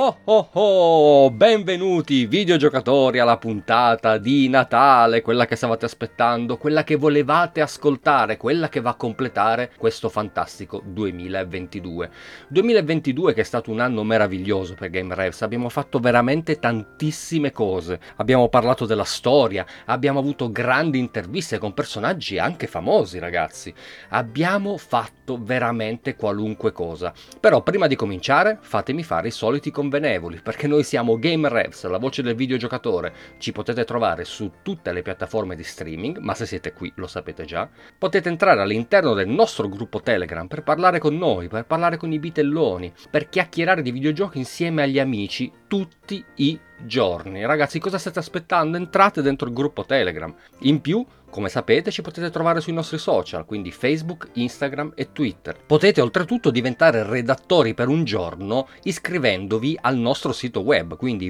Oh oh oh, benvenuti videogiocatori alla puntata di Natale, quella che stavate aspettando, quella che volevate ascoltare, quella che va a completare questo fantastico 2022. 2022 che è stato un anno meraviglioso per Game Revs, abbiamo fatto veramente tantissime cose, abbiamo parlato della storia, abbiamo avuto grandi interviste con personaggi anche famosi ragazzi, abbiamo fatto veramente qualunque cosa. Però prima di cominciare fatemi fare i soliti convenevoli, perché noi siamo Game Revs, la voce del videogiocatore. Ci potete trovare su tutte le piattaforme di streaming, ma se siete qui lo sapete già. Potete entrare all'interno del nostro gruppo Telegram per parlare con noi, per parlare con i bitelloni, per chiacchierare di videogiochi insieme agli amici tutti i giorni. Ragazzi, cosa state aspettando? Entrate dentro il gruppo Telegram. In più, come sapete, ci potete trovare sui nostri social, quindi Facebook, Instagram e Twitter. Potete oltretutto diventare redattori per un giorno iscrivendovi al nostro sito web, quindi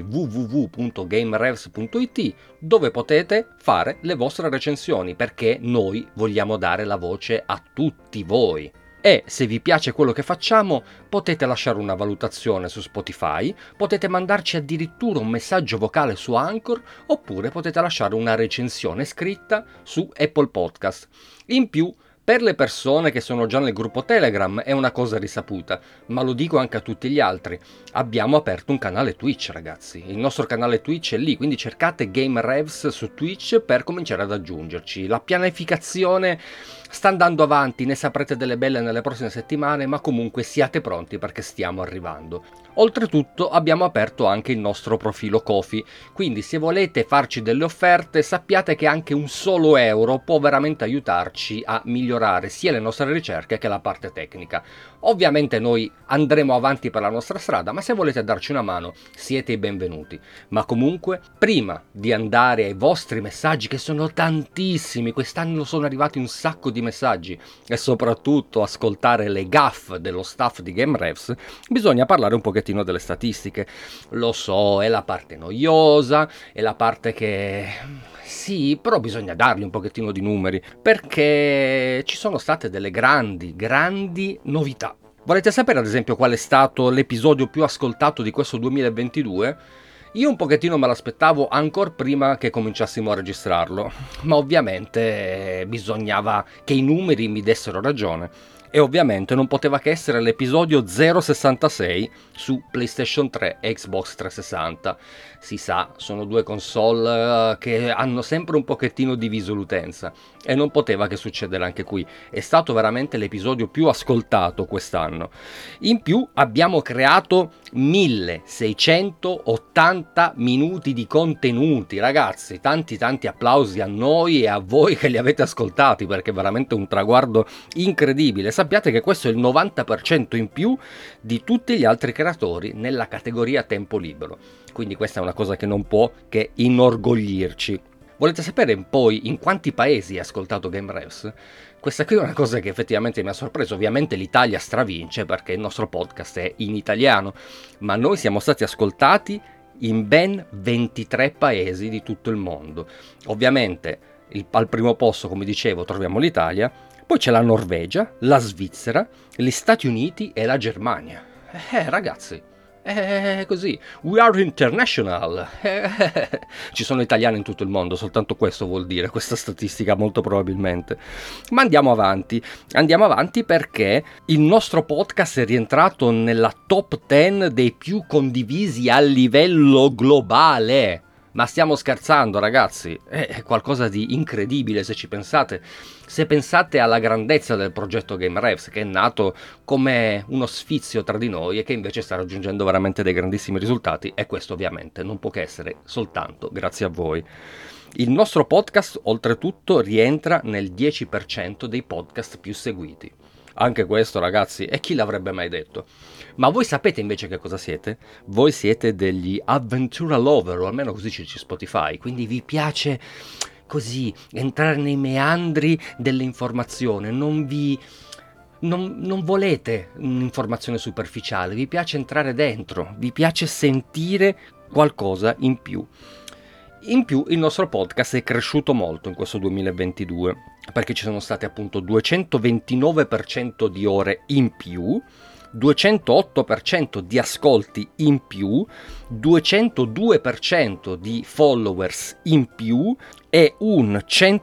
www.gamerevs.it, dove potete fare le vostre recensioni, perché noi vogliamo dare la voce a tutti voi. E se vi piace quello che facciamo potete lasciare una valutazione su Spotify, potete mandarci addirittura un messaggio vocale su Anchor oppure potete lasciare una recensione scritta su Apple Podcast. In più, per le persone che sono già nel gruppo Telegram è una cosa risaputa, ma lo dico anche a tutti gli altri. Abbiamo aperto un canale Twitch, ragazzi. Il nostro canale Twitch è lì, quindi cercate Game Revs su Twitch per cominciare ad aggiungerci. La pianificazione sta andando avanti, ne saprete delle belle nelle prossime settimane, ma comunque siate pronti perché stiamo arrivando. Oltretutto abbiamo aperto anche il nostro profilo Ko-fi, quindi se volete farci delle offerte sappiate che anche un solo euro può veramente aiutarci a migliorare sia le nostre ricerche che la parte tecnica. Ovviamente noi andremo avanti per la nostra strada, ma se volete darci una mano siete i benvenuti. Ma comunque, prima di andare ai vostri messaggi, che sono tantissimi, quest'anno sono arrivati un sacco di messaggi, e soprattutto ascoltare le gaffe dello staff di Game Revs, bisogna parlare un pochettino delle statistiche. Lo so, è la parte noiosa, è la parte che... sì, però bisogna dargli un pochettino di numeri, perché ci sono state delle grandi novità. Volete sapere ad esempio qual è stato l'episodio più ascoltato di questo 2022? Io un pochettino me l'aspettavo ancora prima che cominciassimo a registrarlo, ma ovviamente bisognava che i numeri mi dessero ragione. E ovviamente non poteva che essere l'episodio 066 su PlayStation 3 e Xbox 360. Si sa, sono due console che hanno sempre un pochettino diviso l'utenza e non poteva che succedere anche qui. È stato veramente l'episodio più ascoltato quest'anno. In più abbiamo creato 1680 minuti di contenuti, ragazzi. Tanti applausi a noi e a voi che li avete ascoltati, perché è veramente un traguardo incredibile. Sappiate che questo è il 90% in più di tutti gli altri creatori nella categoria tempo libero, quindi questa è una cosa che non può che inorgoglirci. Volete sapere poi in quanti paesi è ascoltato Game Revs? Questa qui è una cosa che effettivamente mi ha sorpreso. Ovviamente l'Italia stravince perché il nostro podcast è in italiano, ma noi siamo stati ascoltati in ben 23 paesi di tutto il mondo. Ovviamente al primo posto, come dicevo, troviamo l'Italia, poi c'è la Norvegia, la Svizzera, gli Stati Uniti e la Germania. Ragazzi, è così. We are international. Ci sono italiani in tutto il mondo, soltanto questo vuol dire questa statistica molto probabilmente. Ma andiamo avanti perché il nostro podcast è rientrato nella top 10 dei più condivisi a livello globale. Ma stiamo scherzando, ragazzi? È qualcosa di incredibile se ci pensate. Se pensate alla grandezza del progetto Game Revs, che è nato come uno sfizio tra di noi e che invece sta raggiungendo veramente dei grandissimi risultati, e questo ovviamente non può che essere soltanto grazie a voi. Il nostro podcast, oltretutto, rientra nel 10% dei podcast più seguiti. Anche questo, ragazzi, e chi l'avrebbe mai detto? Ma voi sapete invece che cosa siete? Voi siete degli Adventura Lover, o almeno così c'è Spotify, quindi vi piace così entrare nei meandri dell'informazione, non volete un'informazione superficiale, vi piace entrare dentro, vi piace sentire qualcosa in più. In più il nostro podcast è cresciuto molto in questo 2022, perché ci sono state appunto 229% di ore in più, 208% di ascolti in più, 202% di followers in più e un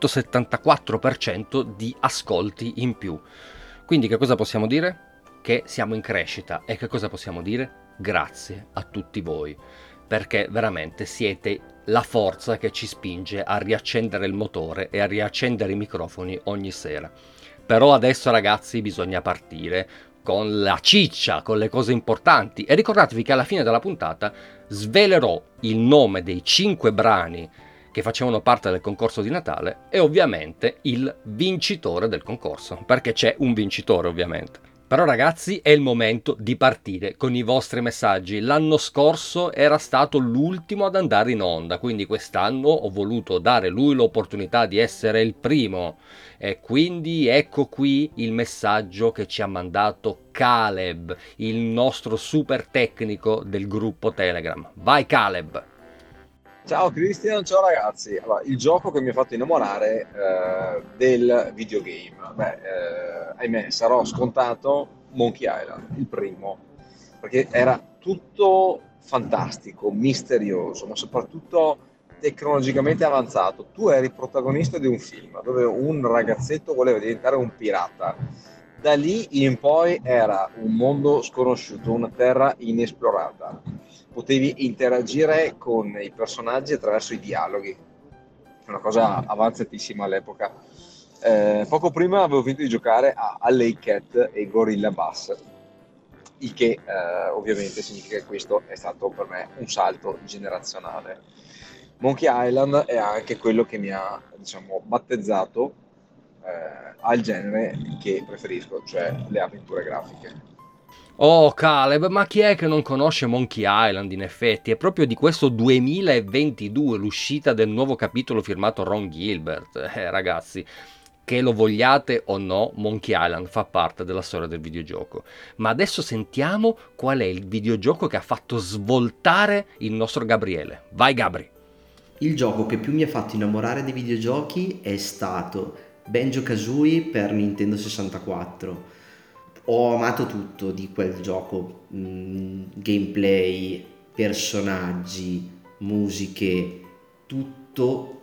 174% di ascolti in più. Quindi che cosa possiamo dire? Che siamo in crescita. E che cosa possiamo dire? Grazie a tutti voi, perché veramente siete la forza che ci spinge a riaccendere il motore e a riaccendere i microfoni ogni sera. Però adesso, ragazzi, bisogna partire con la ciccia, con le cose importanti, e ricordatevi che alla fine della puntata svelerò il nome dei 5 brani che facevano parte del concorso di Natale e ovviamente il vincitore del concorso, perché c'è un vincitore ovviamente. Però ragazzi, è il momento di partire con i vostri messaggi. L'anno scorso era stato l'ultimo ad andare in onda, quindi quest'anno ho voluto dare lui l'opportunità di essere il primo. E quindi ecco qui il messaggio che ci ha mandato Caleb, il nostro super tecnico del gruppo Telegram. Vai Caleb! Ciao Cristian, ciao ragazzi. Allora, il gioco che mi ha fatto innamorare del videogame, ahimè, sarò scontato, Monkey Island, il primo, perché era tutto fantastico, misterioso, ma soprattutto tecnologicamente avanzato. Tu eri protagonista di un film dove un ragazzetto voleva diventare un pirata. Da lì in poi era un mondo sconosciuto, una terra inesplorata. Potevi interagire con i personaggi attraverso i dialoghi, una cosa avanzatissima all'epoca. Poco prima avevo finito di giocare a Alley Cat e Gorilla Bass, il che ovviamente significa che questo è stato per me un salto generazionale. Monkey Island è anche quello che mi ha, diciamo, battezzato al genere che preferisco, cioè le avventure grafiche. Oh Caleb, ma chi è che non conosce Monkey Island in effetti? È proprio di questo 2022 l'uscita del nuovo capitolo firmato Ron Gilbert. Ragazzi, che lo vogliate o no, Monkey Island fa parte della storia del videogioco. Ma adesso sentiamo qual è il videogioco che ha fatto svoltare il nostro Gabriele. Vai Gabri! Il gioco che più mi ha fatto innamorare dei videogiochi è stato Banjo-Kazooie per Nintendo 64. Ho amato tutto di quel gioco, gameplay, personaggi, musiche, tutto.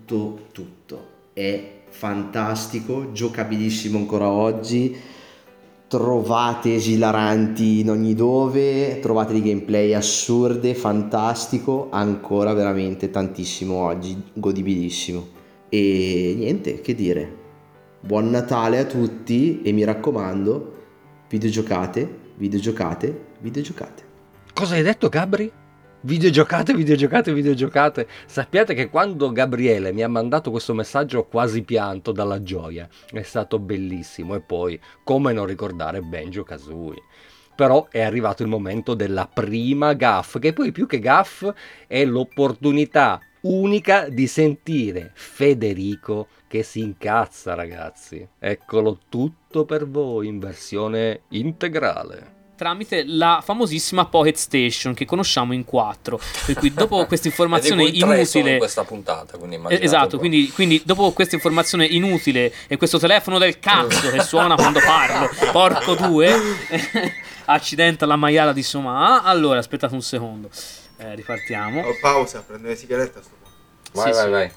È fantastico, giocabilissimo ancora oggi, trovate esilaranti in ogni dove, trovate dei gameplay assurde, fantastico, ancora veramente tantissimo oggi, godibilissimo. E niente, che dire, buon Natale a tutti e mi raccomando, videogiocate. Cosa hai detto Gabri? Videogiocate. Sappiate che quando Gabriele mi ha mandato questo messaggio ho quasi pianto dalla gioia. È stato bellissimo. E poi, come non ricordare Banjo-Kazooie? Però è arrivato il momento della prima gaff, che poi più che gaff è l'opportunità unica di sentire Federico che si incazza, ragazzi. Eccolo tutto per voi in versione integrale. Tramite la famosissima Pocket Station che conosciamo in 4. Per cui dopo questa informazione inutile in questa puntata, quindi esatto, quindi dopo questa informazione inutile e questo telefono del cazzo che suona quando parlo, porco due, accidenta la maiala di Somà. Allora, aspettate un secondo. Ripartiamo. Pausa, prendere le sigarette a sto punto. Vai.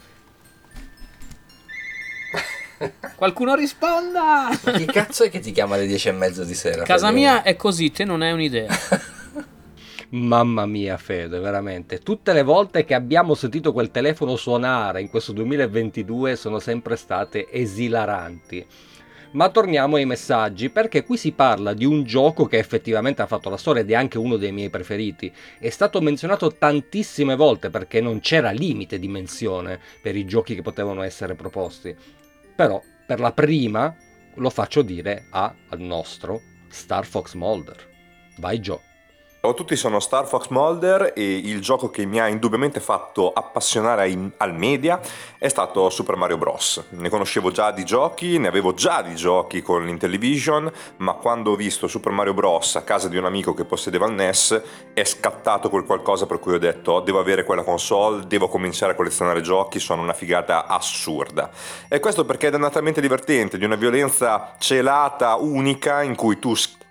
Qualcuno risponda! Ma chi cazzo è che ti chiama alle 10:30 di sera? Casa mia è così, te non è un'idea. Mamma mia Fede, veramente. Tutte le volte che abbiamo sentito quel telefono suonare in questo 2022 sono sempre state esilaranti. Ma torniamo ai messaggi, perché qui si parla di un gioco che effettivamente ha fatto la storia ed è anche uno dei miei preferiti. È stato menzionato tantissime volte perché non c'era limite di menzione per i giochi che potevano essere proposti. Però per la prima lo faccio dire al nostro Star Fox Mulder. Vai Gio. Ciao a tutti, sono Star Fox Mulder e il gioco che mi ha indubbiamente fatto appassionare al media è stato Super Mario Bros. Ne conoscevo già di giochi, ne avevo già di giochi con l'Intellivision, ma quando ho visto Super Mario Bros. A casa di un amico che possedeva il NES è scattato quel qualcosa per cui ho detto devo avere quella console, devo cominciare a collezionare giochi, sono una figata assurda. E questo perché è dannatamente divertente, di una violenza celata, unica, in cui tu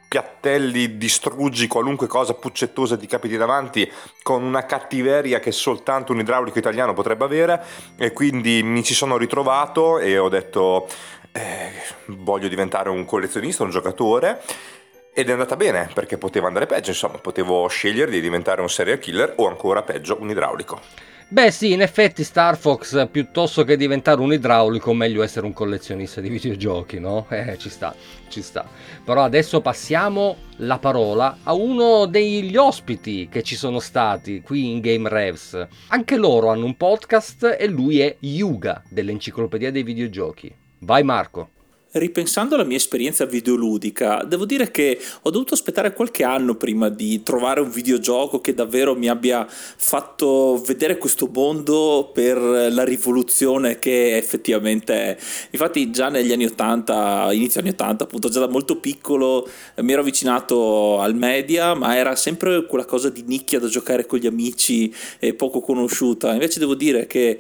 piattelli, distruggi qualunque cosa puccettosa ti capiti davanti con una cattiveria che soltanto un idraulico italiano potrebbe avere, e quindi mi ci sono ritrovato e ho detto voglio diventare un collezionista, un giocatore. Ed è andata bene, perché poteva andare peggio, insomma, potevo scegliere di diventare un serial killer o ancora peggio un idraulico. Beh sì, in effetti Star Fox, piuttosto che diventare un idraulico, meglio essere un collezionista di videogiochi, no? Ci sta, ci sta. Però adesso passiamo la parola a uno degli ospiti che ci sono stati qui in Game Revs. Anche loro hanno un podcast e lui è Yuga dell'Enciclopedia dei Videogiochi. Vai Marco. Ripensando alla mia esperienza videoludica, devo dire che ho dovuto aspettare qualche anno prima di trovare un videogioco che davvero mi abbia fatto vedere questo mondo per la rivoluzione che effettivamente è. Infatti già negli anni 80, inizio anni 80, appunto già da molto piccolo mi ero avvicinato al media, ma era sempre quella cosa di nicchia da giocare con gli amici e poco conosciuta. Invece devo dire che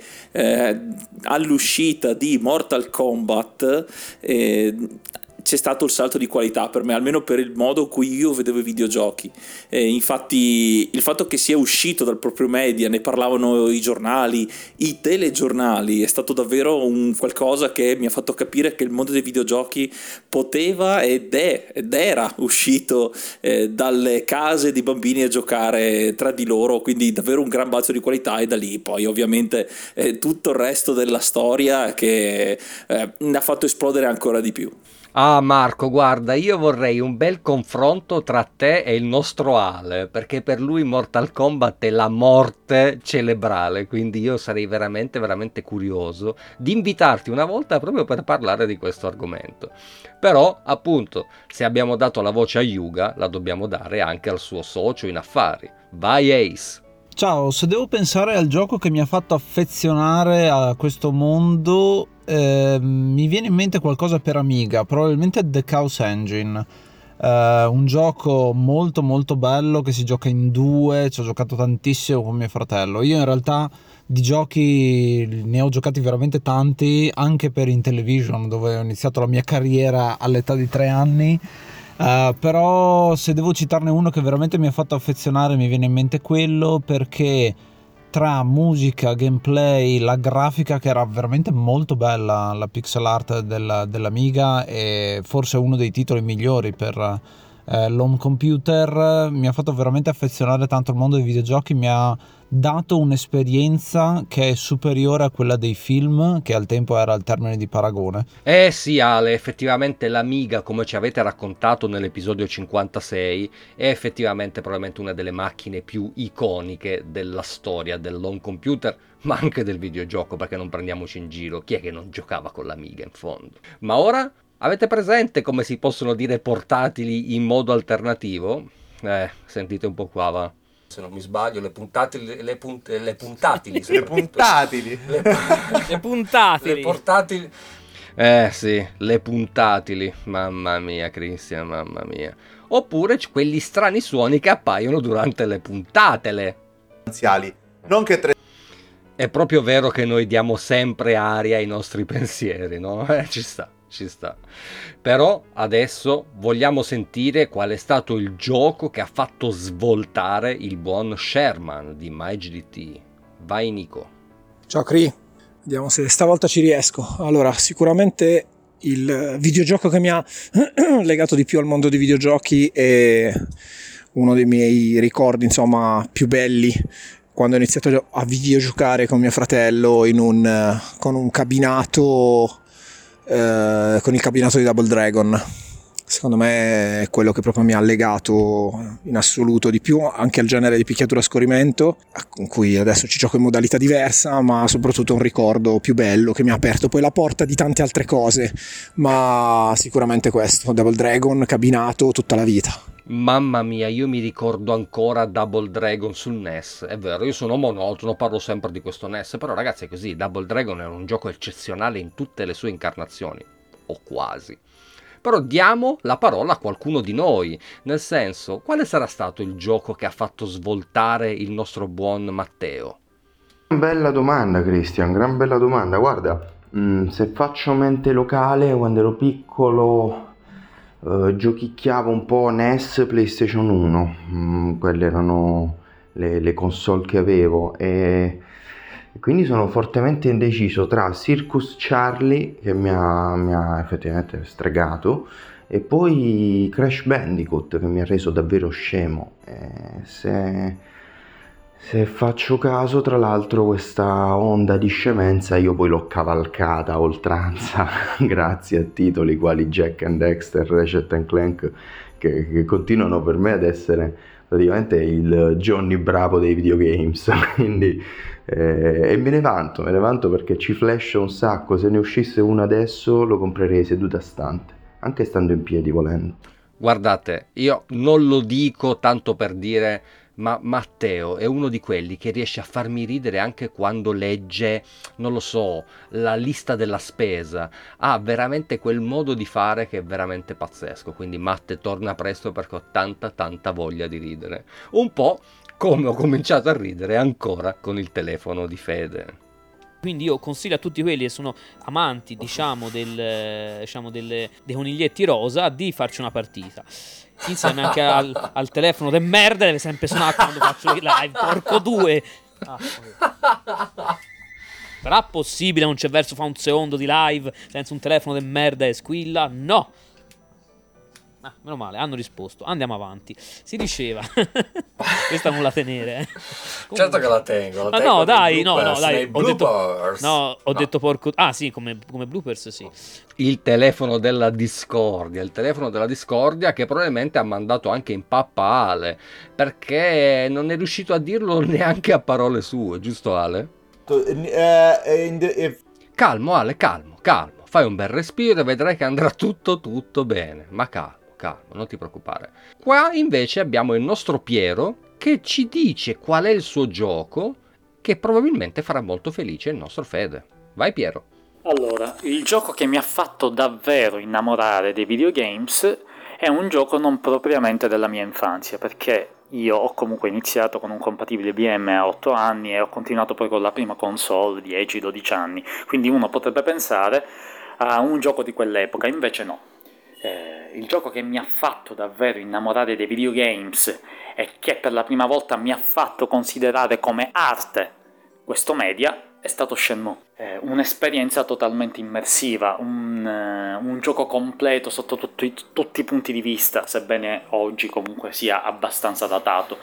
all'uscita di Mortal Kombat c'è stato il salto di qualità per me, almeno per il modo in cui io vedevo i videogiochi. Infatti il fatto che sia uscito dal proprio media, ne parlavano i giornali, i telegiornali, è stato davvero un qualcosa che mi ha fatto capire che il mondo dei videogiochi poteva ed era uscito dalle case di bambini a giocare tra di loro, quindi davvero un gran balzo di qualità, e da lì poi ovviamente tutto il resto della storia che ne ha fatto esplodere ancora di più. Ah Marco, guarda, io vorrei un bel confronto tra te e il nostro Ale, perché per lui Mortal Kombat è la morte cerebrale, quindi io sarei veramente, veramente curioso di invitarti una volta proprio per parlare di questo argomento. Però, appunto, se abbiamo dato la voce a Yuga, la dobbiamo dare anche al suo socio in affari. Vai Ace! Ciao, se devo pensare al gioco che mi ha fatto affezionare a questo mondo, mi viene in mente qualcosa per Amiga, probabilmente The Chaos Engine, un gioco molto molto bello che si gioca in due, ci ho giocato tantissimo con mio fratello. Io in realtà di giochi ne ho giocati veramente tanti, anche per Intellivision, dove ho iniziato la mia carriera all'età di 3 anni. Però se devo citarne uno che veramente mi ha fatto affezionare, mi viene in mente quello, perché tra musica, gameplay, la grafica che era veramente molto bella, la pixel art dell'Amiga, e forse uno dei titoli migliori per l'home computer, mi ha fatto veramente affezionare tanto al mondo dei videogiochi, mi ha dato un'esperienza che è superiore a quella dei film, che al tempo era il termine di paragone. Eh sì Ale, effettivamente l'Amiga, come ci avete raccontato nell'episodio 56, è effettivamente probabilmente una delle macchine più iconiche della storia dell'home computer, ma anche del videogioco, perché non prendiamoci in giro, chi è che non giocava con l'Amiga in fondo? Ma ora avete presente come si possono dire portatili in modo alternativo? Sentite un po' qua, va. Se non mi sbaglio, le puntatili. Le portatili. Sì, le puntatili. Mamma mia, Cristian, mamma mia. Oppure quelli strani suoni che appaiono durante le puntatele. Non che È proprio vero che noi diamo sempre aria ai nostri pensieri, no? Ci sta. Però adesso vogliamo sentire qual è stato il gioco che ha fatto svoltare il buon Sherman di MyGDT. Vai Nico. Ciao Cri, vediamo se stavolta ci riesco. Allora, sicuramente il videogioco che mi ha legato di più al mondo dei videogiochi è uno dei miei ricordi, insomma, più belli, quando ho iniziato a videogiocare con mio fratello con un cabinato, con il cabinato di Double Dragon. Secondo me è quello che proprio mi ha legato in assoluto di più, anche al genere di picchiatura a scorrimento, con cui adesso ci gioco in modalità diversa, ma soprattutto un ricordo più bello che mi ha aperto poi la porta di tante altre cose, ma sicuramente questo, Double Dragon, cabinato, tutta la vita. Mamma mia, io mi ricordo ancora Double Dragon sul NES. È vero, io sono monotono, parlo sempre di questo NES, però ragazzi è così, Double Dragon è un gioco eccezionale in tutte le sue incarnazioni, o quasi. Però diamo la parola a qualcuno di noi, nel senso, quale sarà stato il gioco che ha fatto svoltare il nostro buon Matteo? Bella domanda Christian, gran bella domanda. Guarda, se faccio mente locale, quando ero piccolo Giochicchiavo un po' NES, PlayStation 1, quelle erano le console che avevo, e quindi sono fortemente indeciso tra Circus Charlie, che mi ha effettivamente stregato, e poi Crash Bandicoot, che mi ha reso davvero scemo. Se faccio caso, tra l'altro, questa onda di scemenza io poi l'ho cavalcata a oltranza grazie a titoli quali Jack and Dexter, Ratchet Clank, che continuano per me ad essere praticamente il Johnny Bravo dei videogames. Quindi e me ne vanto perché ci flash un sacco. Se ne uscisse uno adesso lo comprerei seduta stante, anche stando in piedi volendo. Guardate, io non lo dico tanto per dire, ma Matteo è uno di quelli che riesce a farmi ridere anche quando legge, non lo so, la lista della spesa. Ha veramente quel modo di fare che è veramente pazzesco. Quindi Matte, torna presto perché ho tanta voglia di ridere. Un po' come ho cominciato a ridere ancora con il telefono di Fede. Quindi io consiglio a tutti quelli che sono amanti, dei coniglietti rosa, di farci una partita. Insieme anche al telefono de merda, deve sempre suonare quando faccio i live. Porco due! Sarà possibile, non c'è verso fa un secondo di live senza un telefono de merda e squilla? No! Meno male, hanno risposto. Andiamo avanti. Si diceva. Questa non la tenere. Certo che la tengo. No, dai, nei bloopers. Ho detto porco. Ah, sì, come bloopers, sì. Il telefono della discordia. Che probabilmente ha mandato anche in pappa Ale, perché non è riuscito a dirlo neanche a parole sue, giusto Ale? Calmo Ale, calmo. Fai un bel respiro e vedrai che andrà tutto bene. Ma calmo, non ti preoccupare. Qua invece abbiamo il nostro Piero che ci dice qual è il suo gioco che probabilmente farà molto felice il nostro Fede. Vai Piero. Allora, il gioco che mi ha fatto davvero innamorare dei videogames è un gioco non propriamente della mia infanzia, perché io ho comunque iniziato con un compatibile IBM a 8 anni e ho continuato poi con la prima console 10-12 anni, quindi uno potrebbe pensare a un gioco di quell'epoca, invece no. Il gioco che mi ha fatto davvero innamorare dei videogames e che per la prima volta mi ha fatto considerare come arte questo media è stato Shenmue. Un'esperienza totalmente immersiva, un gioco completo sotto tutti i punti di vista, sebbene oggi comunque sia abbastanza datato,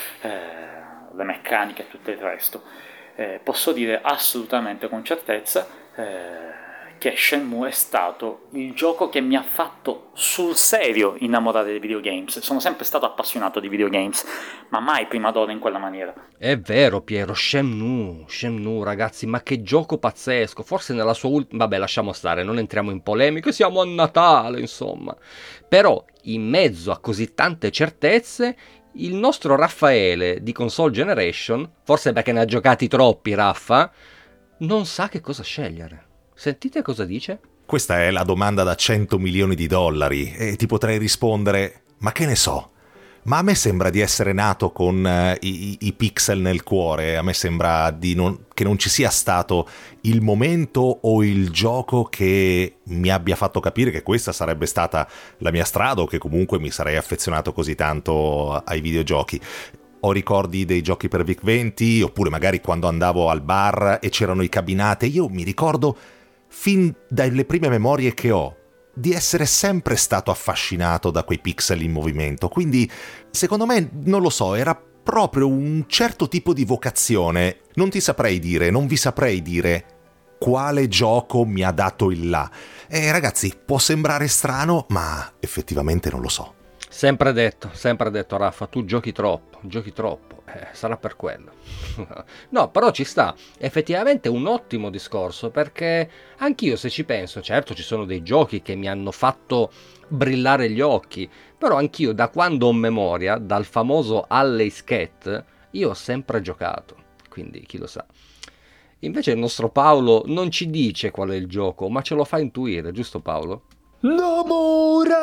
le meccaniche e tutto il resto. Posso dire assolutamente con certezza che Shenmue è stato il gioco che mi ha fatto sul serio innamorare dei videogames. Sono sempre stato appassionato di videogames, ma mai prima d'ora in quella maniera. È vero Piero, Shenmue ragazzi, ma che gioco pazzesco. Forse nella sua vabbè, lasciamo stare, non entriamo in polemiche, siamo a Natale insomma. Però in mezzo a così tante certezze il nostro Raffaele di Console Generation, forse perché ne ha giocati troppi Raffa, non sa che cosa scegliere. Sentite cosa dice? Questa è la domanda da $100 milioni e ti potrei rispondere, ma che ne so? Ma a me sembra di essere nato con i pixel nel cuore, a me sembra che non ci sia stato il momento o il gioco che mi abbia fatto capire che questa sarebbe stata la mia strada o che comunque mi sarei affezionato così tanto ai videogiochi. Ho ricordi dei giochi per VIC-20, oppure magari quando andavo al bar e c'erano i cabinate. Io mi ricordo, fin dalle prime memorie che ho, di essere sempre stato affascinato da quei pixel in movimento. Quindi, secondo me, non lo so, era proprio un certo tipo di vocazione. Non vi saprei dire quale gioco mi ha dato il là. E ragazzi, può sembrare strano, ma effettivamente non lo so. Sempre detto Raffa, tu giochi troppo, sarà per quello. No, però ci sta, effettivamente un ottimo discorso, perché anch'io se ci penso, certo ci sono dei giochi che mi hanno fatto brillare gli occhi, però anch'io da quando ho memoria, dal famoso Alley's Cat, io ho sempre giocato, quindi chi lo sa. Invece il nostro Paolo non ci dice qual è il gioco, ma ce lo fa intuire, giusto Paolo? Nomura!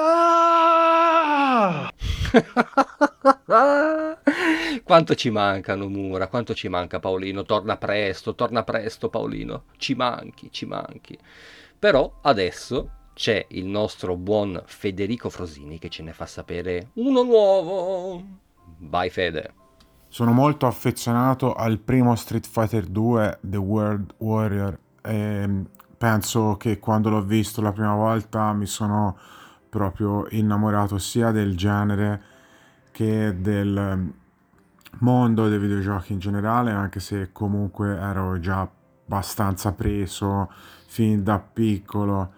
Quanto ci manca Nomura, quanto ci manca Paolino, torna presto Paolino, ci manchi. Però adesso c'è il nostro buon Federico Frosini che ce ne fa sapere uno nuovo. Vai Fede. Sono molto affezionato al primo Street Fighter 2, The World Warrior, e penso che quando l'ho visto la prima volta mi sono proprio innamorato sia del genere che del mondo dei videogiochi in generale, anche se comunque ero già abbastanza preso fin da piccolo.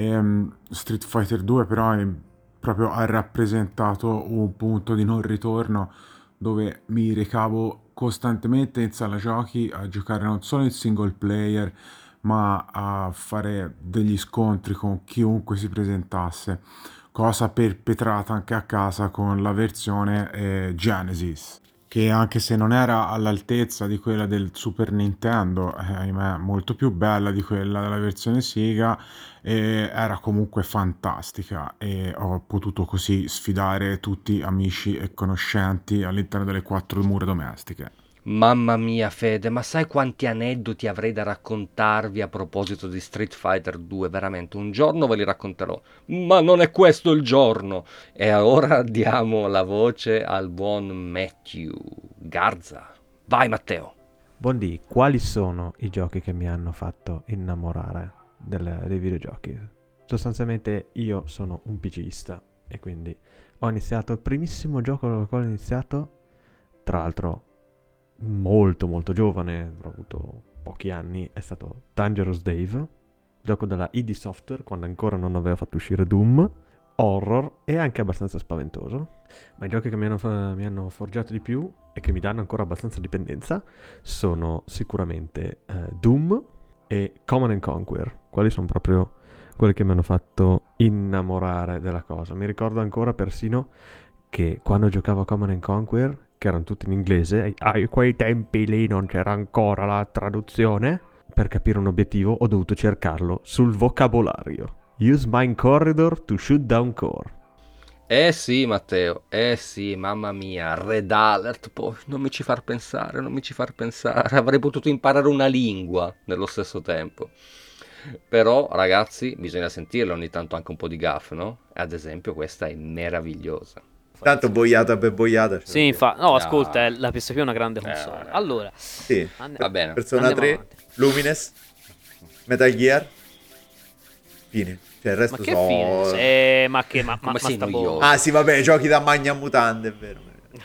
Street Fighter 2 però proprio ha rappresentato un punto di non ritorno dove mi recavo costantemente in sala giochi a giocare non solo in single player ma a fare degli scontri con chiunque si presentasse, cosa perpetrata anche a casa con la versione Genesis, che anche se non era all'altezza di quella del Super Nintendo, ahimè, molto più bella di quella della versione Sega, era comunque fantastica e ho potuto così sfidare tutti amici e conoscenti all'interno delle 4 mura domestiche. Mamma mia Fede, ma sai quanti aneddoti avrei da raccontarvi a proposito di Street Fighter 2? Veramente, un giorno ve li racconterò, ma non è questo il giorno. E ora diamo la voce al buon Matthew Garza. Vai Matteo. Buondì, quali sono i giochi che mi hanno fatto innamorare dei videogiochi? Sostanzialmente io sono un PCista e quindi ho iniziato il primissimo gioco con il quale ho iniziato, tra l'altro molto molto giovane, ho avuto pochi anni, è stato Dangerous Dave, gioco della ID Software quando ancora non aveva fatto uscire Doom, horror e anche abbastanza spaventoso, ma i giochi che mi hanno forgiato di più e che mi danno ancora abbastanza dipendenza sono sicuramente Doom e Command & Conquer, quali sono proprio quelli che mi hanno fatto innamorare della cosa. Mi ricordo ancora persino che quando giocavo a Command & Conquer, che erano tutti in inglese, a quei tempi lì non c'era ancora la traduzione, per capire un obiettivo ho dovuto cercarlo sul vocabolario. Use Mine Corridor to shoot down core. Eh sì Matteo, eh sì, mamma mia, Red Alert, poi non mi ci far pensare, avrei potuto imparare una lingua nello stesso tempo. Però ragazzi, bisogna sentirlo ogni tanto anche un po' di gaff, no? Ad esempio questa è meravigliosa. Tanto boiata per boiata. Sì, infatti. No, ascolta, la PSP è una grande console. Allora, sì, va bene. Persona 3, avanti. Lumines, Metal Gear, fine. Cioè il resto Ma che fine? Ma sei sta noioso? Ah sì, vabbè, giochi da magna mutande, è vero.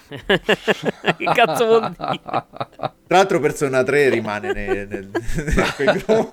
Che cazzo vuol dire? Tra l'altro Persona 3 rimane nel quel gruppo.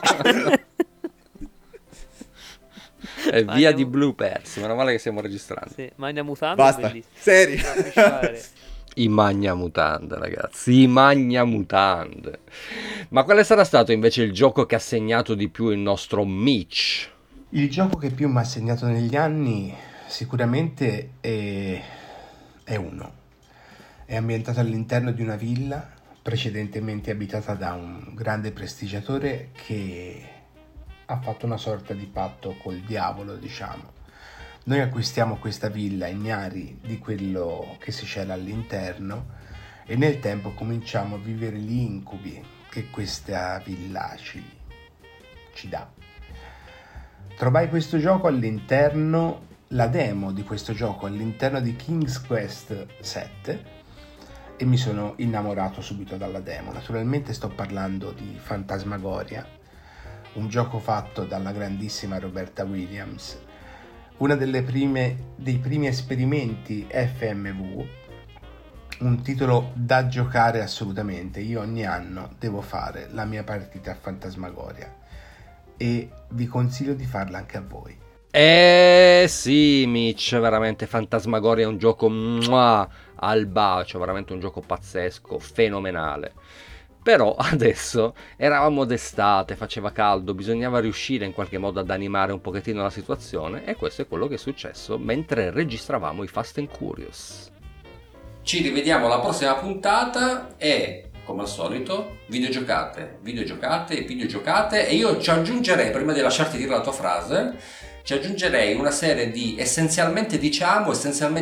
E via di bloopers, meno male che stiamo registrando. Sì, Magna Mutande. Basta, serio. I Magna Mutande, ragazzi, i Magna Mutande. Ma quale sarà stato invece il gioco che ha segnato di più il nostro Mitch? Il gioco che più mi ha segnato negli anni sicuramente è uno. È ambientato all'interno di una villa precedentemente abitata da un grande prestigiatore che ha fatto una sorta di patto col diavolo, diciamo. Noi acquistiamo questa villa ignari di quello che si cela all'interno e nel tempo cominciamo a vivere gli incubi che questa villa ci dà. Trovai questo gioco all'interno, la demo di questo gioco all'interno di King's Quest 7 e mi sono innamorato subito dalla demo. Naturalmente sto parlando di Phantasmagoria, un gioco fatto dalla grandissima Roberta Williams, una dei primi esperimenti FMV, un titolo da giocare assolutamente. Io ogni anno devo fare la mia partita a Phantasmagoria e vi consiglio di farla anche a voi. Sì, Mitch, veramente Phantasmagoria è un gioco al bacio, veramente un gioco pazzesco, fenomenale. Però adesso eravamo d'estate, faceva caldo, bisognava riuscire in qualche modo ad animare un pochettino la situazione e questo è quello che è successo mentre registravamo i Fast and Curious. Ci rivediamo alla prossima puntata e, come al solito, videogiocate e io ci aggiungerei, prima di lasciarti dire la tua frase, ci aggiungerei una serie di essenzialmente diciamo,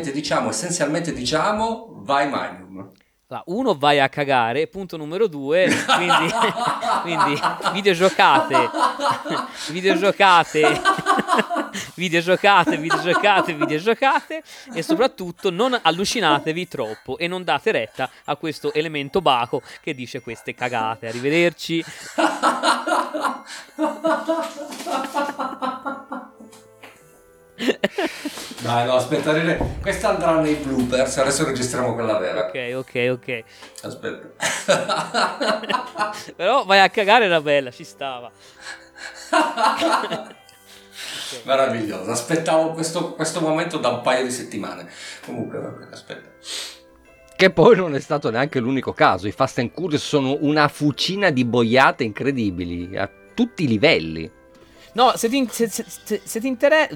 vai Magnum. Uno, vai a cagare, punto numero 2, quindi videogiocate videgiocate e soprattutto non allucinatevi troppo e non date retta a questo elemento baco che dice queste cagate. Arrivederci. Dai, no, aspetta, questa andrà nei bloopers, adesso registriamo quella vera. Ok. Aspetta. Però vai a cagare, era bella, ci stava. Meraviglioso, aspettavo questo momento da un paio di settimane. Comunque, vabbè, aspetta. Che poi non è stato neanche l'unico caso. I Fast and Curious sono una fucina di boiate incredibili a tutti i livelli. No, se ti interessa...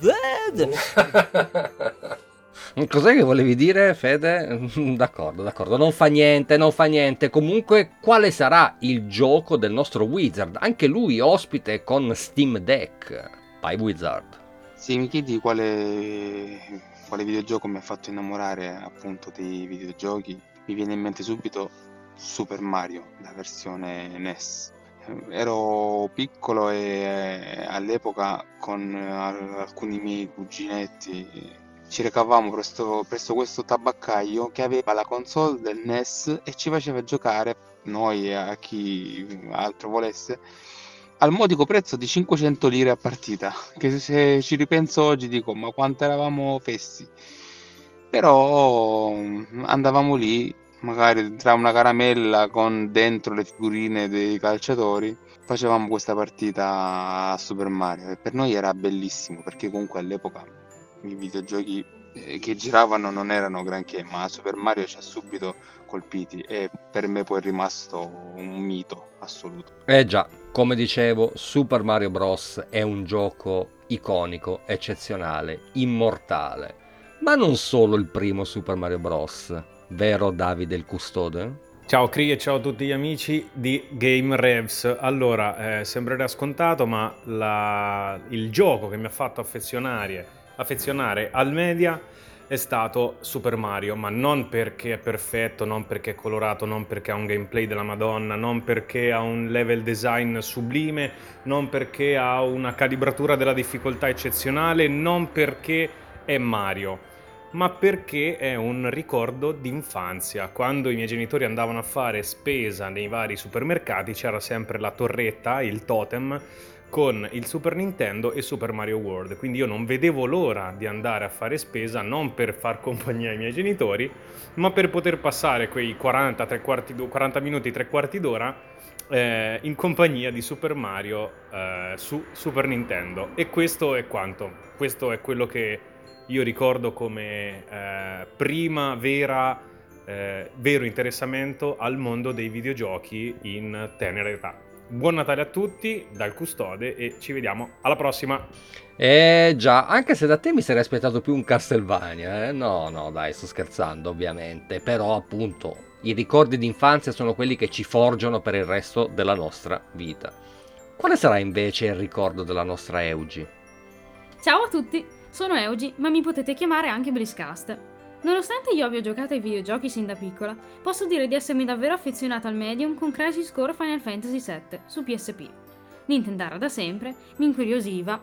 Cos'è che volevi dire, Fede? D'accordo, non fa niente. Comunque, quale sarà il gioco del nostro Wizard? Anche lui ospite con Steam Deck. Vai Wizard. Se mi chiedi quale videogioco mi ha fatto innamorare appunto dei videogiochi, mi viene in mente subito Super Mario, la versione NES. Ero piccolo e all'epoca con alcuni miei cuginetti ci recavamo presso questo tabaccaio che aveva la console del NES e ci faceva giocare, noi e a chi altro volesse, al modico prezzo di 500 lire a partita, che se ci ripenso oggi dico ma quanto eravamo fessi. Però andavamo lì, magari tra una caramella con dentro le figurine dei calciatori, facevamo questa partita a Super Mario e per noi era bellissimo, perché comunque all'epoca i videogiochi che giravano non erano granché, ma Super Mario ci ha subito colpiti e per me poi è rimasto un mito assoluto. Già, come dicevo, Super Mario Bros. È un gioco iconico, eccezionale, immortale, ma non solo il primo Super Mario Bros., vero Davide il custode? Ciao Cri e ciao a tutti gli amici di Game Revs. Allora, sembrerà scontato, ma il gioco che mi ha fatto affezionare al media è stato Super Mario, ma non perché è perfetto, non perché è colorato, non perché ha un gameplay della Madonna, non perché ha un level design sublime, non perché ha una calibratura della difficoltà eccezionale, non perché è Mario, ma perché è un ricordo d'infanzia. Quando i miei genitori andavano a fare spesa nei vari supermercati c'era sempre la torretta, il totem, con il Super Nintendo e Super Mario World, quindi io non vedevo l'ora di andare a fare spesa, non per far compagnia ai miei genitori, ma per poter passare quei 40 minuti, tre quarti d'ora in compagnia di Super Mario su Super Nintendo. E questo è quanto. Questo è quello che io ricordo come vero interessamento al mondo dei videogiochi in tenera età. Buon Natale a tutti dal custode e ci vediamo alla prossima. Già, anche se da te mi sarei aspettato più un Castlevania, No, dai, sto scherzando ovviamente, però appunto i ricordi d'infanzia sono quelli che ci forgiano per il resto della nostra vita. Quale sarà invece il ricordo della nostra Eugi? Ciao a tutti, sono Eugi, ma mi potete chiamare anche Briscast. Nonostante io abbia giocato ai videogiochi sin da piccola, posso dire di essermi davvero affezionata al medium con Crisis Core Final Fantasy VII su PSP. Nintendara da sempre mi incuriosiva,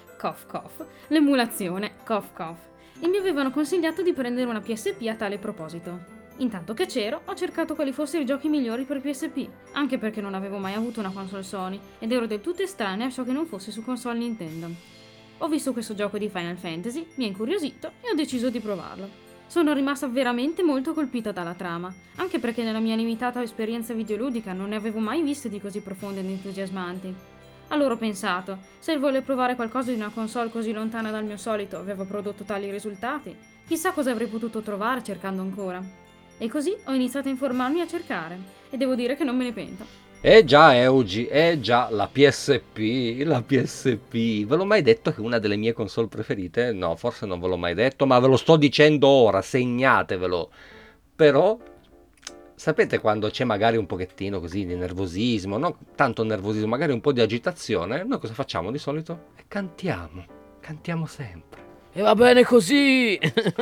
l'emulazione, e mi avevano consigliato di prendere una PSP a tale proposito. Intanto che c'ero, ho cercato quali fossero i giochi migliori per PSP, anche perché non avevo mai avuto una console Sony ed ero del tutto estranea a ciò che non fosse su console Nintendo. Ho visto questo gioco di Final Fantasy, mi ha incuriosito e ho deciso di provarlo. Sono rimasta veramente molto colpita dalla trama, anche perché nella mia limitata esperienza videoludica non ne avevo mai viste di così profonde ed entusiasmanti. Allora ho pensato, se il voler provare qualcosa di una console così lontana dal mio solito aveva prodotto tali risultati, chissà cosa avrei potuto trovare cercando ancora. E così ho iniziato a informarmi e a cercare, e devo dire che non me ne pento. Già Eugi, già la PSP, ve l'ho mai detto che è una delle mie console preferite? No, forse non ve l'ho mai detto, ma ve lo sto dicendo ora, segnatevelo. Però, sapete quando c'è magari un pochettino così di nervosismo, non tanto nervosismo, magari un po' di agitazione, noi cosa facciamo di solito? Cantiamo sempre. E va bene così!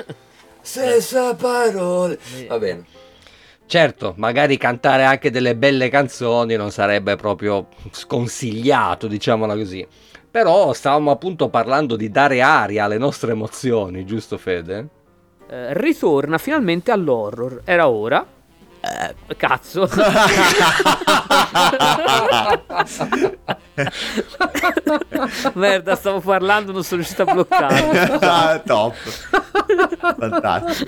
Senza parole! Va bene. Certo, magari cantare anche delle belle canzoni non sarebbe proprio sconsigliato, diciamola così. Però stavamo appunto parlando di dare aria alle nostre emozioni, giusto Fede? Ritorna finalmente all'horror. Era ora. Cazzo. Merda, stavo parlando, non sono riuscito a bloccare. Top. Fantastico.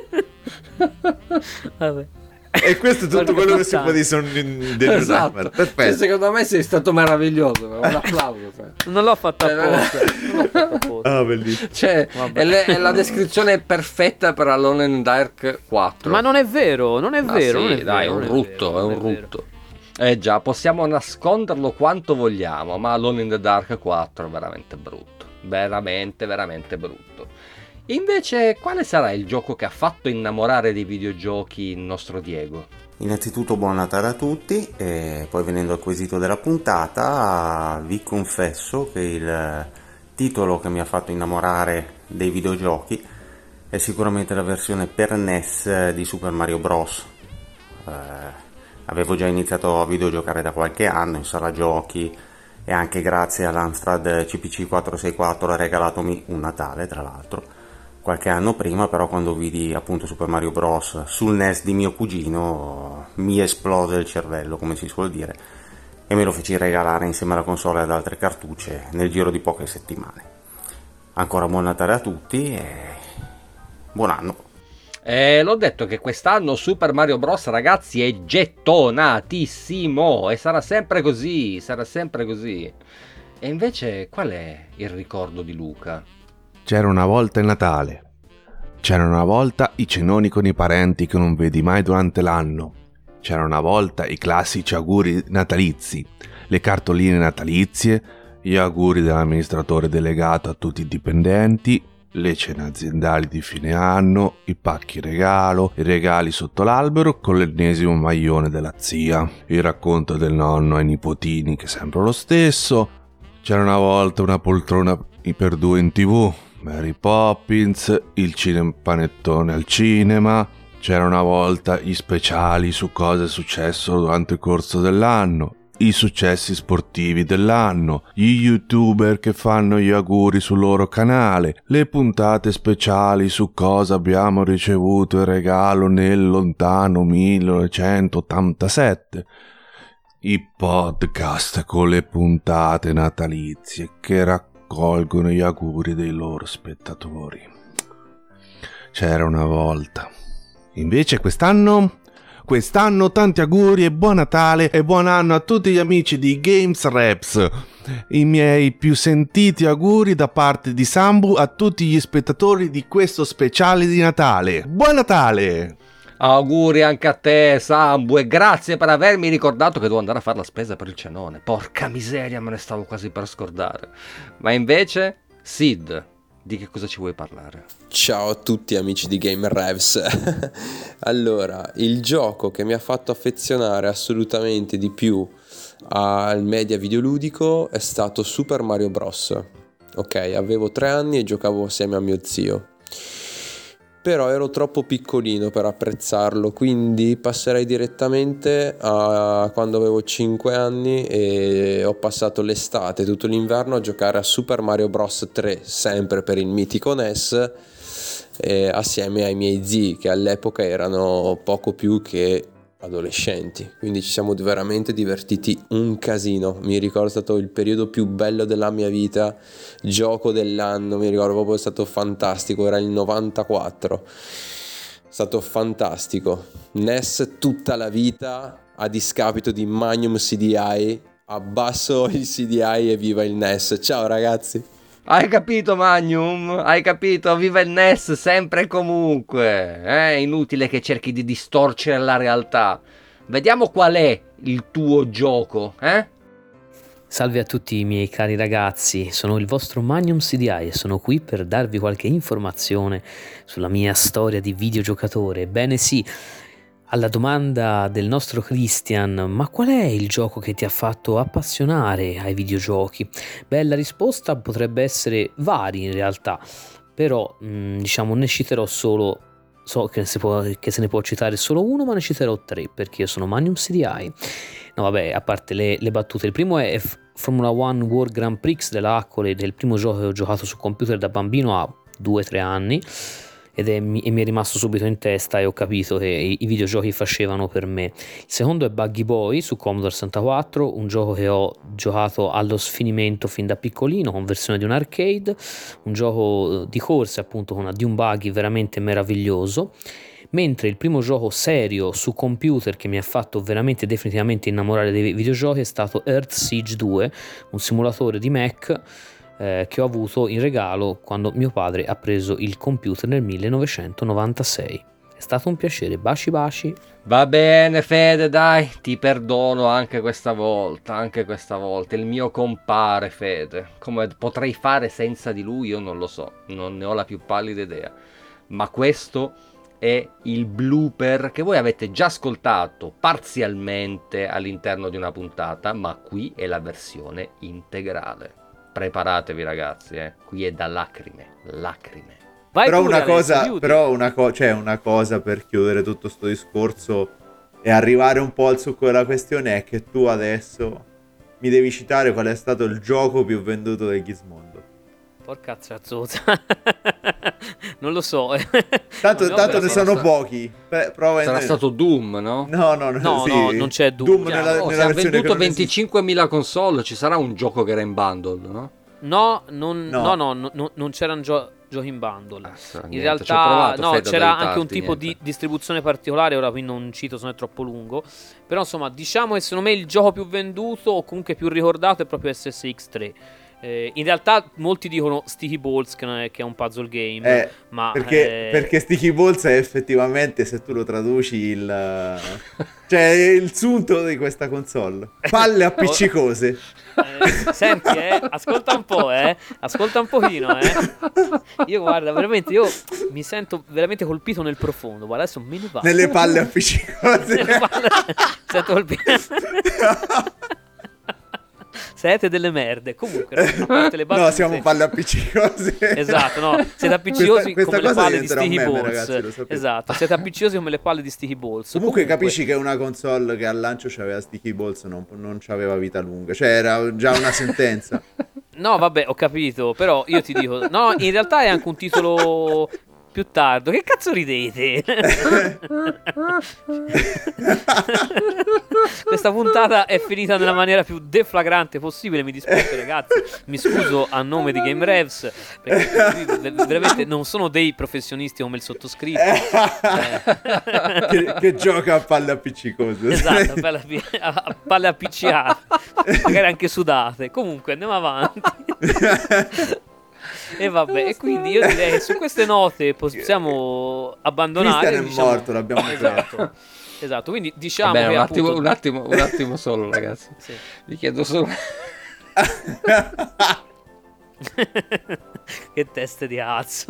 Vabbè. E questo è tutto quello che si può dire su Esatto. Perfetto. Cioè, secondo me sei stato meraviglioso, un applauso. Non l'ho fatto apposta. Ah, bellissimo. Cioè, è la descrizione perfetta per Alone in Dark 4. Ma non è vero, non è vero. Sì, non è dai, vero, è un non rutto, vero, è un rutto. Già, possiamo nasconderlo quanto vogliamo, ma Alone in the Dark 4 è veramente brutto. Veramente, veramente brutto. Invece, quale sarà il gioco che ha fatto innamorare dei videogiochi il nostro Diego? Innanzitutto buon Natale a tutti, e poi venendo al quesito della puntata, vi confesso che il titolo che mi ha fatto innamorare dei videogiochi è sicuramente la versione per NES di Super Mario Bros. Avevo già iniziato a videogiocare da qualche anno in sala giochi e anche grazie all'Amstrad CPC 464 ha regalatomi un Natale, tra l'altro. Qualche anno prima però, quando vidi appunto Super Mario Bros. Sul NES di mio cugino, mi esplose il cervello, come si suol dire, e me lo feci regalare insieme alla console e ad altre cartucce nel giro di poche settimane. Ancora buon Natale a tutti e buon anno. L'ho detto che quest'anno Super Mario Bros. Ragazzi è gettonatissimo e sarà sempre così, sarà sempre così. E invece qual è il ricordo di Luca? C'era una volta il Natale. C'erano una volta i cenoni con i parenti che non vedi mai durante l'anno. C'era una volta i classici auguri natalizi, le cartoline natalizie, gli auguri dell'amministratore delegato a tutti i dipendenti, le cene aziendali di fine anno, i pacchi regalo, i regali sotto l'albero con l'ennesimo maglione della zia, il racconto del nonno ai nipotini che è sempre lo stesso. C'era una volta una poltrona per due in TV, Mary Poppins, il panettone al cinema. C'era una volta gli speciali su cosa è successo durante il corso dell'anno, i successi sportivi dell'anno, gli youtuber che fanno gli auguri sul loro canale, le puntate speciali su cosa abbiamo ricevuto in regalo nel lontano 1987, i podcast con le puntate natalizie che raccolgono gli auguri dei loro spettatori. C'era una volta. Invece quest'anno tanti auguri e buon Natale e buon anno a tutti gli amici di Games Reps. I miei più sentiti auguri da parte di Sambu a tutti gli spettatori di questo speciale di Natale. Buon Natale! Auguri anche a te, Sambu, e grazie per avermi ricordato che devo andare a fare la spesa per il cenone. Porca miseria, me ne stavo quasi per scordare. Ma invece, Sid, di che cosa ci vuoi parlare? Ciao a tutti amici di Game Revs. Allora, il gioco che mi ha fatto affezionare assolutamente di più al media videoludico è stato Super Mario Bros. Ok, avevo 3 anni e giocavo assieme a mio zio. Però ero troppo piccolino per apprezzarlo, quindi passerei direttamente a quando avevo 5 anni e ho passato l'estate, tutto l'inverno a giocare a Super Mario Bros. 3, sempre per il mitico NES, assieme ai miei zii che all'epoca erano poco più che adolescenti, quindi ci siamo veramente divertiti un casino. Mi ricordo è stato il periodo più bello della mia vita, gioco dell'anno, mi ricordo proprio, è stato fantastico, era il 94, è stato fantastico. NES tutta la vita a discapito di Magnum CDI, abbasso il CDI e viva il NES. Ciao ragazzi. Hai capito Magnum? Hai capito? Viva il NES sempre e comunque. È inutile che cerchi di distorcere la realtà. Vediamo qual è il tuo gioco, Salve a tutti i miei cari ragazzi, sono il vostro Magnum CDI e sono qui per darvi qualche informazione sulla mia storia di videogiocatore. Ebbene sì, alla domanda del nostro Christian, ma qual è il gioco che ti ha fatto appassionare ai videogiochi? Beh, la risposta potrebbe essere vari in realtà, però diciamo ne citerò solo so che se ne può citare solo uno, ma ne citerò 3 perché io sono Magnum CDI. No vabbè, a parte le battute, il primo è Formula One World Grand Prix della Accolade, del primo gioco che ho giocato su computer da bambino a 2-3 anni e mi è rimasto subito in testa e ho capito che i videogiochi facevano per me. Il secondo è Buggy Boy su Commodore 64, un gioco che ho giocato allo sfinimento fin da piccolino con versione di un arcade, un gioco di corse appunto di un buggy veramente meraviglioso. Mentre il primo gioco serio su computer che mi ha fatto veramente definitivamente innamorare dei videogiochi è stato Earth Siege 2, un simulatore di mech che ho avuto in regalo quando mio padre ha preso il computer nel 1996. È stato un piacere, baci baci. Va bene Fede, dai, ti perdono anche questa volta, il mio compare Fede. Come potrei fare senza di lui io non lo so, non ne ho la più pallida idea. Ma questo è il blooper che voi avete già ascoltato parzialmente all'interno di una puntata, ma qui è la versione integrale. Preparatevi ragazzi, qui è da lacrime. Vai però pure, una cosa per chiudere tutto sto discorso e arrivare un po' al succo della questione è che tu adesso mi devi citare qual è stato il gioco più venduto del Gizmondo. Porca zazzota. Non lo so. Tanto ne sono pochi. Sarà stato Doom, no? No, sì. Non c'è Doom. Doom se ha venduto 25.000 console, ci sarà un gioco che era in bundle, no? No, non c'erano giochi in bundle. In Niente, realtà Fede, c'era anche un tipo di distribuzione particolare, ora qui non cito, se non è troppo lungo. Però insomma, diciamo che secondo me il gioco più venduto o comunque più ricordato è proprio SSX 3. In realtà molti dicono Sticky Balls che è un puzzle game, ma perché Sticky Balls è effettivamente, se tu lo traduci, cioè il sunto di questa console. Palle appiccicose. Senti, ascolta un po', ascolta un pochino, Io guarda, veramente, io mi sento veramente colpito nel profondo. Guarda, adesso me ne vado. Nelle palle appiccicose. Sento colpito. Siete delle merde. Comunque, a parte le battute, no, siamo palle appiccicose. Esatto, no, siete appiccicosi come le palle di Sticky meme, Balls. ragazzi, Esatto, siete appiccicosi come le palle di Sticky Balls. Comunque capisci che una console che al lancio c'aveva Sticky Balls non c'aveva vita lunga, cioè era già una sentenza. No, vabbè, ho capito, però io ti dico, no, in realtà è anche un titolo più tardo. Che cazzo ridete? Questa puntata è finita nella maniera più deflagrante possibile. Mi dispiace ragazzi, mi scuso a nome di Game Revs, perché veramente non sono dei professionisti come il sottoscritto, che gioca a palle appiccicose. Esatto, a palle appiccicate, magari anche sudate. Comunque andiamo avanti. E vabbè, e quindi io direi che su queste note possiamo abbandonare. Cristian è morto, l'abbiamo detto. Esatto, quindi diciamo bene, che un attimo solo ragazzi. Sì. Vi chiedo solo che teste di cazzo.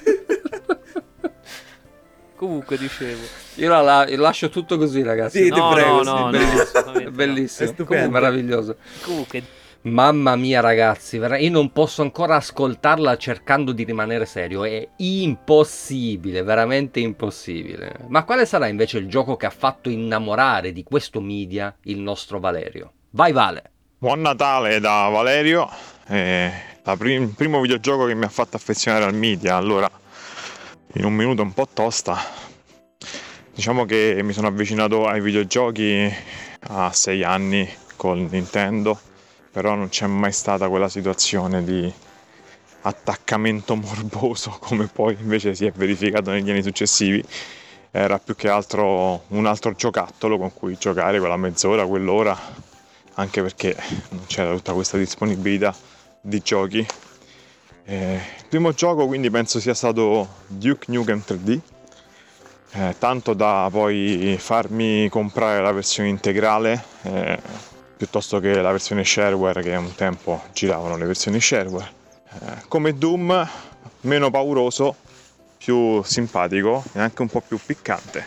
Comunque dicevo, io lascio tutto così ragazzi. Sì, ti prego, no, è bellissimo, è meraviglioso. Comunque mamma mia ragazzi, io non posso ancora ascoltarla cercando di rimanere serio, è impossibile, veramente impossibile. Ma quale sarà invece il gioco che ha fatto innamorare di questo media il nostro Valerio? Vai Vale! Buon Natale da Valerio, il primo videogioco che mi ha fatto affezionare al media. Allora, in un minuto un po' tosta, diciamo che mi sono avvicinato ai videogiochi a 6 anni col Nintendo, però non c'è mai stata quella situazione di attaccamento morboso come poi invece si è verificato negli anni successivi. Era più che altro un altro giocattolo con cui giocare quella mezz'ora, quell'ora, anche perché non c'era tutta questa disponibilità di giochi. Il primo gioco quindi penso sia stato Duke Nukem 3D, tanto da poi farmi comprare la versione integrale piuttosto che la versione shareware, che un tempo giravano le versioni shareware. Come Doom, meno pauroso, più simpatico e anche un po' più piccante.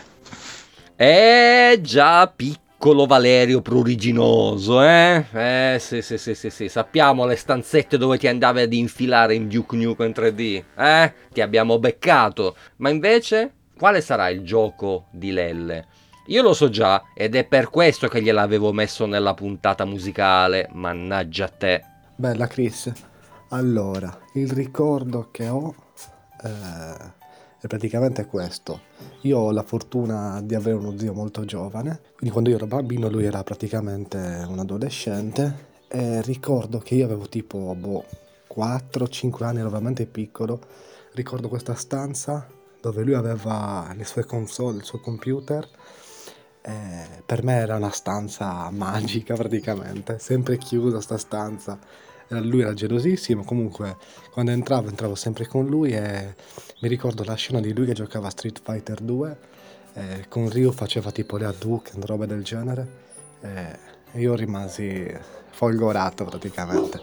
Già piccolo Valerio pruriginoso, sì, sappiamo le stanzette dove ti andavi ad infilare in Duke Nukem 3D, ti abbiamo beccato. Ma invece quale sarà il gioco di Lelle? Io lo so già, ed è per questo che gliel'avevo messo nella puntata musicale, mannaggia a te. Bella Chris, allora, il ricordo che ho è praticamente questo. Io ho la fortuna di avere uno zio molto giovane, quindi quando io ero bambino lui era praticamente un adolescente, e ricordo che io avevo tipo 4-5 anni, ero veramente piccolo. Ricordo questa stanza dove lui aveva le sue console, il suo computer. Per me era una stanza magica praticamente, sempre chiusa sta stanza. Lui era gelosissimo, comunque quando entravo sempre con lui, e mi ricordo la scena di lui che giocava a Street Fighter 2, con Ryu faceva tipo le Hadouken, robe del genere, e io rimasi folgorato praticamente.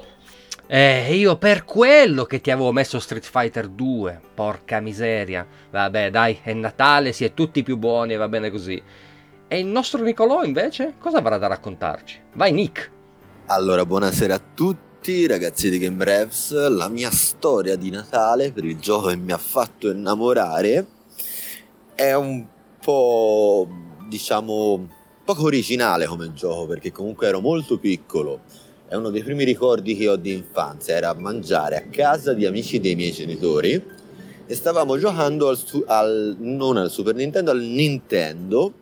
Io per quello che ti avevo messo Street Fighter 2, porca miseria. Vabbè dai, è Natale, si è tutti più buoni e va bene così. E il nostro Nicolò invece cosa avrà da raccontarci? Vai Nick! Allora, buonasera a tutti ragazzi di Game Revs. La mia storia di Natale per il gioco che mi ha fatto innamorare è un po', diciamo, poco originale come gioco, perché comunque ero molto piccolo. È uno dei primi ricordi che ho di infanzia, era mangiare a casa di amici dei miei genitori e stavamo giocando non al Super Nintendo, al Nintendo,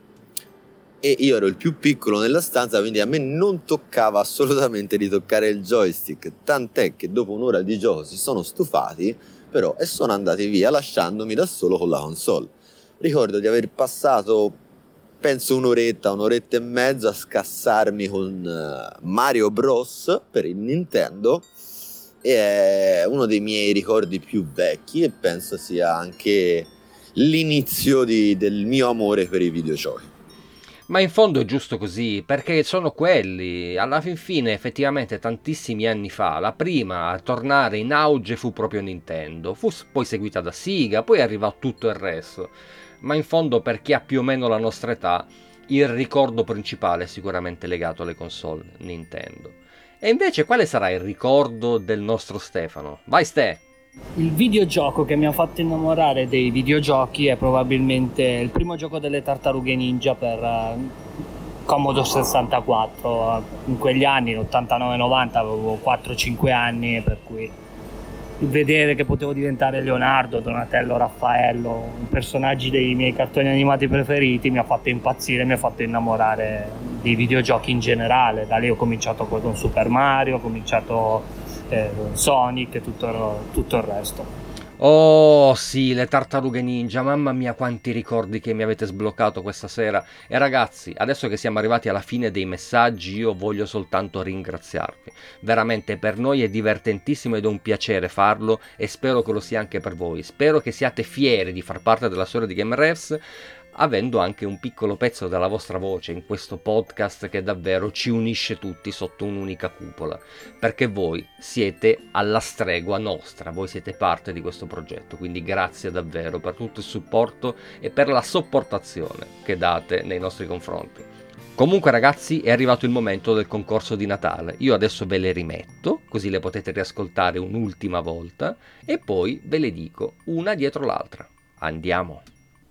e io ero il più piccolo nella stanza, quindi a me non toccava assolutamente di toccare il joystick, tant'è che dopo un'ora di gioco si sono stufati però e sono andati via lasciandomi da solo con la console. Ricordo di aver passato penso un'oretta e mezza a scassarmi con Mario Bros per il Nintendo, e è uno dei miei ricordi più vecchi e penso sia anche l'inizio del mio amore per i videogiochi. Ma in fondo è giusto così, perché sono quelli. Alla fin fine, effettivamente, tantissimi anni fa, la prima a tornare in auge fu proprio Nintendo. Fu poi seguita da Sega, poi arrivò tutto il resto. Ma in fondo, per chi ha più o meno la nostra età, il ricordo principale è sicuramente legato alle console Nintendo. E invece, quale sarà il ricordo del nostro Stefano? Vai Ste! Il videogioco che mi ha fatto innamorare dei videogiochi è probabilmente il primo gioco delle Tartarughe Ninja per Commodore 64. In quegli anni, l'89-90, avevo 4-5 anni, per cui vedere che potevo diventare Leonardo, Donatello, Raffaello, personaggi dei miei cartoni animati preferiti, mi ha fatto impazzire, mi ha fatto innamorare dei videogiochi in generale. Da lì ho cominciato con Super Mario, ho cominciato Sonic e tutto il resto. Oh sì, le Tartarughe Ninja, mamma mia quanti ricordi che mi avete sbloccato questa sera. E ragazzi, adesso che siamo arrivati alla fine dei messaggi, io voglio soltanto ringraziarvi. Veramente per noi è divertentissimo ed è un piacere farlo, e spero che lo sia anche per voi. Spero che siate fieri di far parte della storia di Game Revs, avendo anche un piccolo pezzo della vostra voce in questo podcast che davvero ci unisce tutti sotto un'unica cupola, perché voi siete alla stregua nostra, voi siete parte di questo progetto, quindi grazie davvero per tutto il supporto e per la sopportazione che date nei nostri confronti. Comunque ragazzi, è arrivato il momento del concorso di Natale. Io adesso ve le rimetto, così le potete riascoltare un'ultima volta e poi ve le dico una dietro l'altra. Andiamo!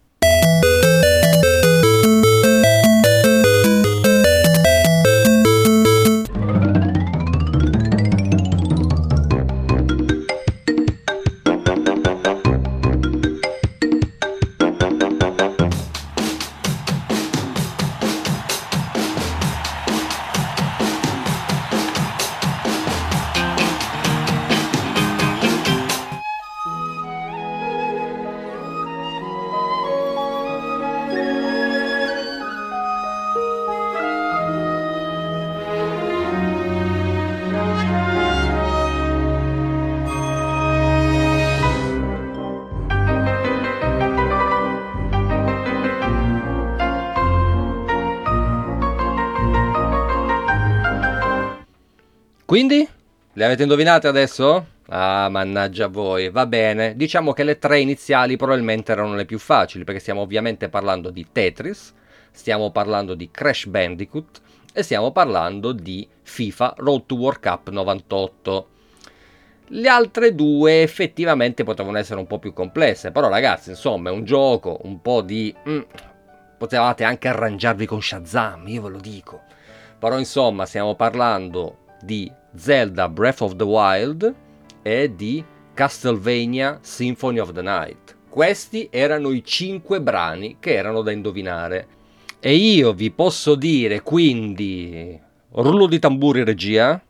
Quindi? Le avete indovinate adesso? Ah, mannaggia a voi. Va bene, diciamo che le tre iniziali probabilmente erano le più facili, perché stiamo ovviamente parlando di Tetris, stiamo parlando di Crash Bandicoot e stiamo parlando di FIFA Road to World Cup 98. Le altre due effettivamente potevano essere un po' più complesse, però ragazzi, insomma, è un gioco, un po' di... potevate anche arrangiarvi con Shazam, io ve lo dico. Però insomma, stiamo parlando di Zelda Breath of the Wild e di Castlevania Symphony of the Night. Questi erano i 5 brani che erano da indovinare. E io vi posso dire, quindi... rullo di tamburi, regia...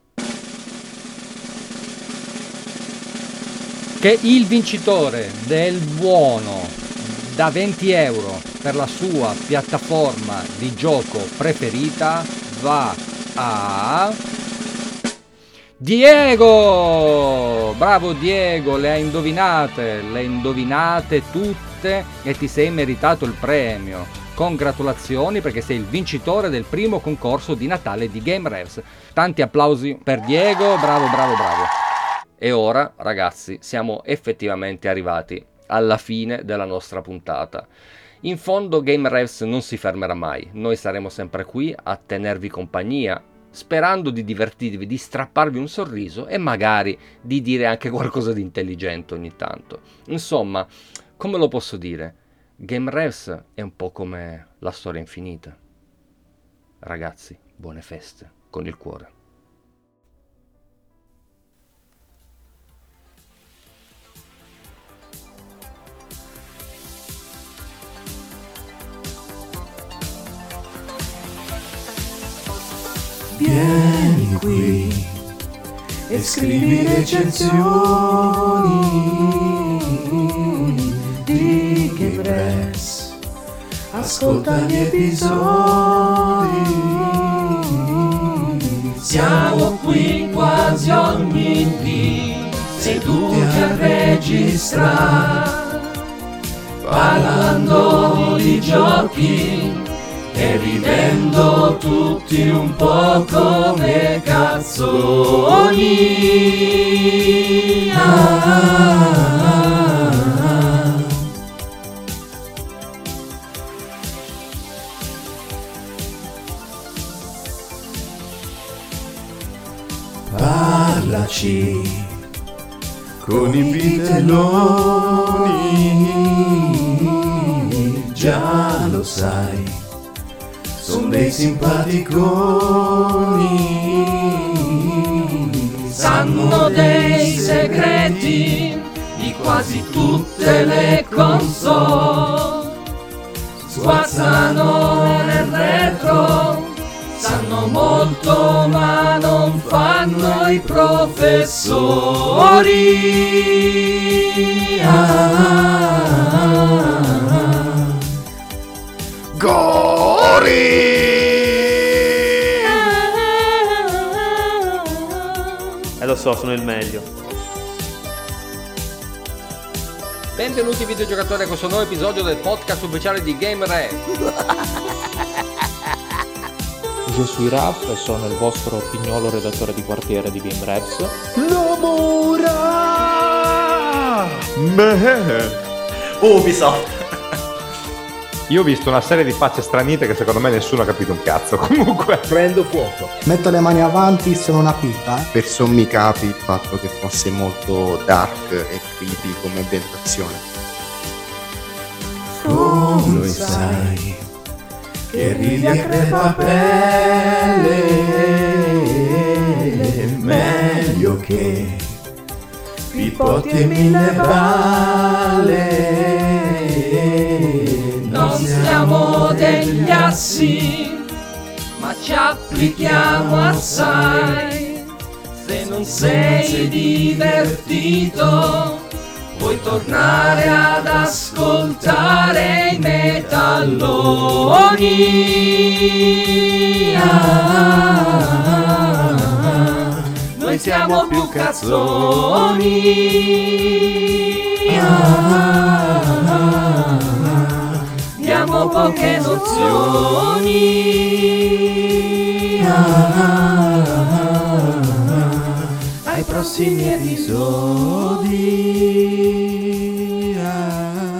che il vincitore del buono da 20 euro per la sua piattaforma di gioco preferita va a Diego! Bravo Diego, le hai indovinate tutte e ti sei meritato il premio. Congratulazioni, perché sei il vincitore del primo concorso di Natale di Game Revs. Tanti applausi per Diego, bravo. E ora, ragazzi, siamo effettivamente arrivati alla fine della nostra puntata. In fondo Game Revs non si fermerà mai, noi saremo sempre qui a tenervi compagnia, sperando di divertirvi, di strapparvi un sorriso e magari di dire anche qualcosa di intelligente ogni tanto. Insomma, come lo posso dire? Game Revs è un po' come la storia infinita. Ragazzi, buone feste, con il cuore. Vieni qui e scrivi recensioni di Game Revs. Ascolta gli episodi. Siamo qui quasi ogni dì, seduti a registrare, parlando di giochi e ridendo tutti un po' come cazzoni. Parlaci con i vitelloni, già lo sai, son dei simpaticoni, sanno dei segreti di quasi tutte le console, sguazzano nel retro, sanno molto ma non fanno i professori. Gori! Lo so, sono il meglio. Benvenuti videogiocatori a questo nuovo episodio del podcast ufficiale di Game Revs. Io sono Raf e sono il vostro pignolo redattore di quartiere di Game Revs. Nomura! Ubisoft! Io ho visto una serie di facce stranite che secondo me nessuno ha capito un cazzo. Comunque prendo fuoco. Metto le mani avanti, sono una pipa. Per sommi capi il fatto che fosse molto dark e creepy come ambientazione. Tu lo sai che ridi a crepapelle, meglio che Pippotti e mille balle. Non siamo degli assi, ma ci applichiamo assai. Se non sei divertito, puoi tornare ad ascoltare i metalloni. Noi siamo più cazzoni. Diamo poche nozioni ai prossimi episodi.